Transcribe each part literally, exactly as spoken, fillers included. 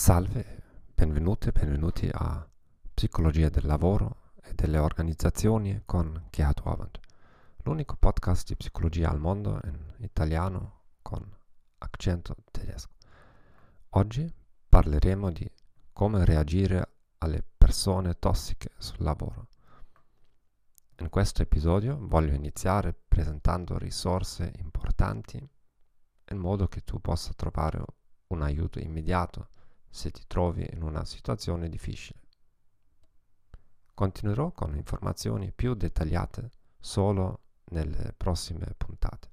Salve, benvenute e benvenuti a Psicologia del lavoro e delle organizzazioni con Keatu Avant, l'unico podcast di psicologia al mondo in italiano con accento tedesco. Oggi parleremo di come reagire alle persone tossiche sul lavoro. In questo episodio voglio iniziare presentando risorse importanti in modo che tu possa trovare un aiuto immediato se ti trovi in una situazione difficile. Continuerò con informazioni più dettagliate solo nelle prossime puntate.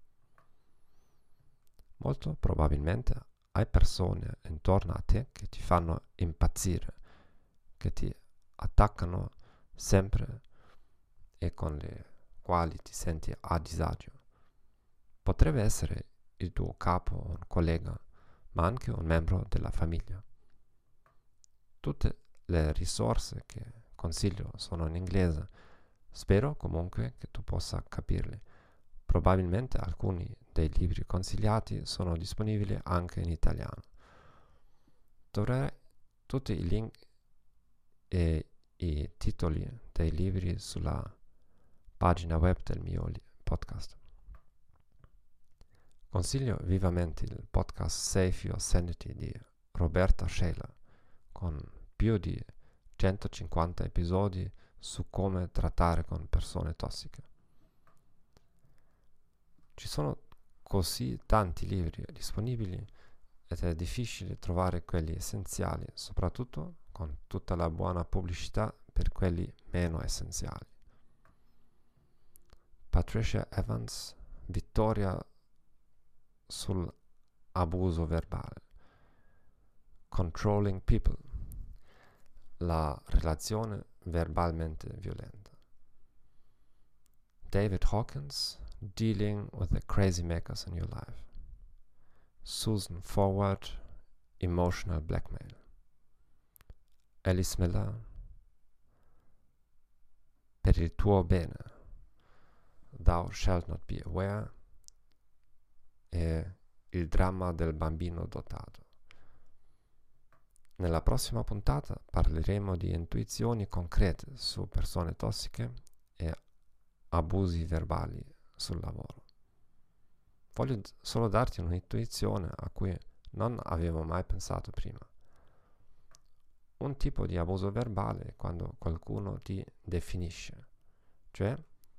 Molto probabilmente hai persone intorno a te che ti fanno impazzire, che ti attaccano sempre e con le quali ti senti a disagio. Potrebbe essere il tuo capo o un collega, ma anche un membro della famiglia. Tutte le risorse che consiglio sono in inglese. Spero comunque che tu possa capirle. Probabilmente alcuni dei libri consigliati sono disponibili anche in italiano. Troverai tutti i link e i titoli dei libri sulla pagina web del mio podcast. Consiglio vivamente il podcast Save Your Sanity di Roberta Scheller, con più di centocinquanta episodi su come trattare con persone tossiche. Ci sono così tanti libri disponibili ed è difficile trovare quelli essenziali, soprattutto con tutta la buona pubblicità per quelli meno essenziali. Patricia Evans, Vittoria sull'abuso verbale. Controlling People, la relazione verbalmente violenta. David Hawkins, Dealing with the Crazy Makers in Your Life. Susan Forward, Emotional Blackmail. Alice Miller, Per il tuo bene, Thou Shalt Not Be Aware, e Il dramma del bambino dotato. Nella prossima puntata parleremo di intuizioni concrete su persone tossiche e abusi verbali sul lavoro. Voglio solo darti un'intuizione a cui non avevo mai pensato prima. Un tipo di abuso verbale è quando qualcuno ti definisce, cioè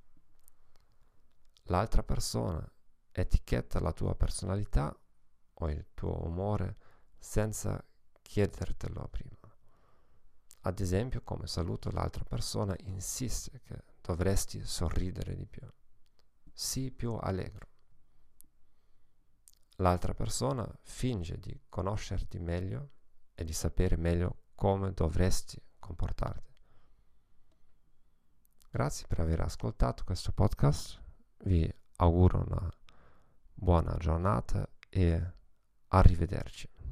l'altra persona etichetta la tua personalità o il tuo umore senza chiedertelo prima. Ad esempio, come saluto l'altra persona insiste che dovresti sorridere di più. Sii più allegro. L'altra persona finge di conoscerti meglio e di sapere meglio come dovresti comportarti. Grazie per aver ascoltato questo podcast. Vi auguro una buona giornata e arrivederci.